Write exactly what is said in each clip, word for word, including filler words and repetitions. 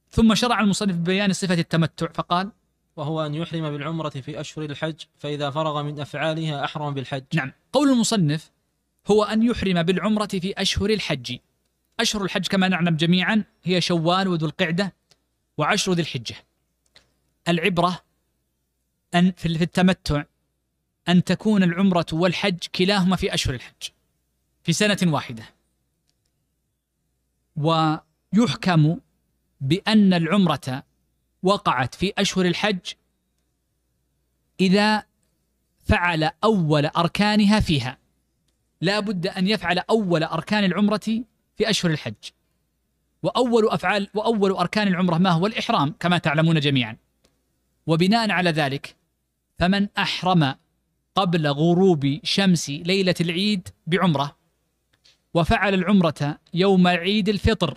ثم شرع المصنف ببيان صفة التمتع فقال: وهو أن يحرم بالعمرة في أشهر الحج، فإذا فرغ من أفعالها أحرم بالحج. نعم، قول المصنف هو أن يحرم بالعمرة في أشهر الحج. أشهر الحج كما نعلم جميعا هي شوال وذو القعدة وعشر ذي الحجة. العبرة أن في التمتع أن تكون العمرة والحج كلاهما في أشهر الحج في سنة واحدة، ويحكم بأن العمرة وقعت في أشهر الحج إذا فعل أول أركانها فيها. لا بد أن يفعل أول أركان العمرة في أشهر الحج، وأول أفعال وأول أركان العمرة ما هو؟ الإحرام كما تعلمون جميعا. وبناء على ذلك فمن أحرم قبل غروب شمس ليلة العيد بعمرة وفعل العمرة يوم عيد الفطر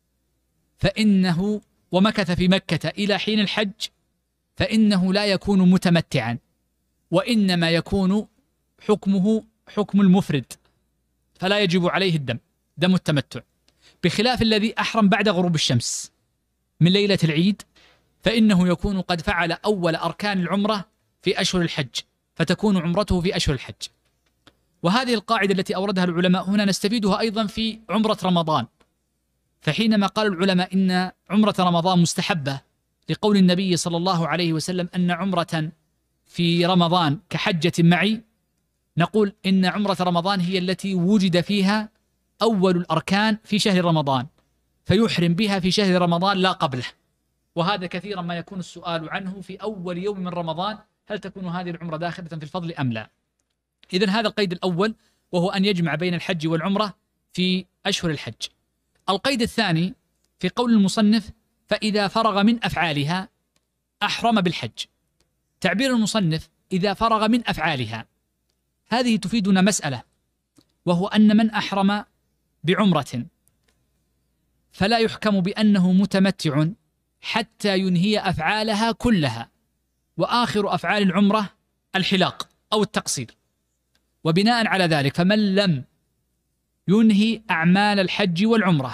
فإنه ومكث في مكة إلى حين الحج فإنه لا يكون متمتعا، وإنما يكون حكمه حكم المفرد، فلا يجب عليه الدم دم التمتع، بخلاف الذي أحرم بعد غروب الشمس من ليلة العيد فإنه يكون قد فعل أول أركان العمرة في أشهر الحج، فتكون عمرته في أشهر الحج. وهذه القاعدة التي أوردها العلماء هنا نستفيدها أيضا في عمرة رمضان. فحينما قال العلماء إن عمرة رمضان مستحبة لقول النبي صلى الله عليه وسلم أن عمرة في رمضان كحجة معي، نقول إن عمرة رمضان هي التي وجد فيها أول الأركان في شهر رمضان، فيحرم بها في شهر رمضان لا قبله. وهذا كثيرا ما يكون السؤال عنه في أول يوم من رمضان، هل تكون هذه العمرة داخلة في الفضل أم لا؟ إذن هذا القيد الأول، وهو أن يجمع بين الحج والعمرة في أشهر الحج. القيد الثاني في قول المصنف: فإذا فرغ من أفعالها أحرم بالحج. تعبير المصنف إذا فرغ من أفعالها هذه تفيدنا مسألة، وهو أن من أحرم بعمرة فلا يحكم بأنه متمتع حتى ينهي أفعالها كلها، وآخر أفعال العمرة الحلاق أو التقصير. وبناء على ذلك فمن لم ينهي أعمال الحج والعمرة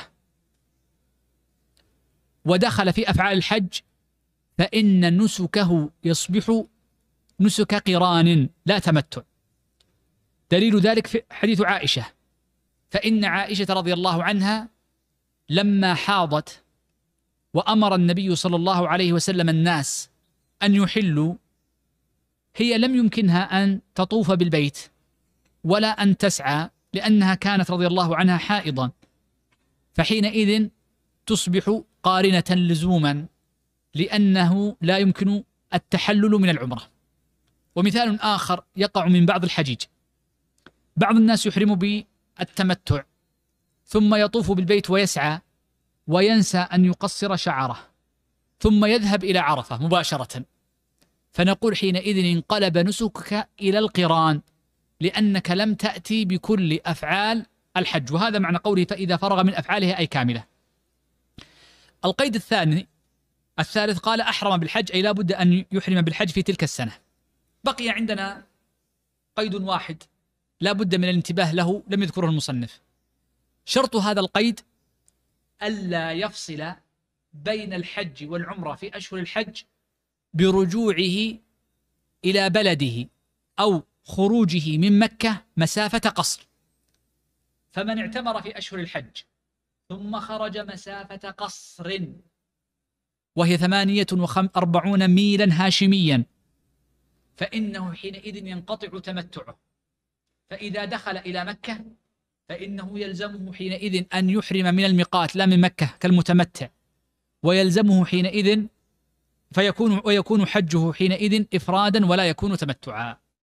ودخل في أفعال الحج فإن نسكه يصبح نسك قران لا تمتع. دليل ذلك في حديث عائشة، فإن عائشة رضي الله عنها لما حاضت وأمر النبي صلى الله عليه وسلم الناس أن يحلوا، هي لم يمكنها أن تطوف بالبيت ولا أن تسعى لأنها كانت رضي الله عنها حائضا، فحينئذ تصبح قارنة لزوما لأنه لا يمكن التحلل من العمرة. ومثال آخر يقع من بعض الحجيج: بعض الناس يحرم بالتمتع ثم يطوف بالبيت ويسعى وينسى أن يقصر شعره ثم يذهب إلى عرفة مباشرة، فنقول حينئذ انقلب نسكك إلى القران لأنك لم تأتي بكل أفعال الحج. وهذا معنى قوله فإذا فرغ من أفعالها أي كاملة. القيد الثاني الثالث قال أحرم بالحج، أي لا بد أن يحرم بالحج في تلك السنة. بقي عندنا قيد واحد لا بد من الانتباه له لم يذكره المصنف. شرط هذا القيد ألا يفصل بين الحج والعمرة في أشهر الحج برجوعه إلى بلده أو خروجه من مكة مسافة قصر. فمن اعتمر في أشهر الحج ثم خرج مسافة قصر وهي ثمانية وأربعون ميلا هاشميا فإنه حينئذ ينقطع تمتعه. فإذا دخل إلى مكة فإنه يلزمه حينئذ أن يحرم من الميقات لا من مكة كالمتمتع، ويلزمه حينئذ فيكون ويكون حجه حينئذ إفرادا ولا يكون تمتعا.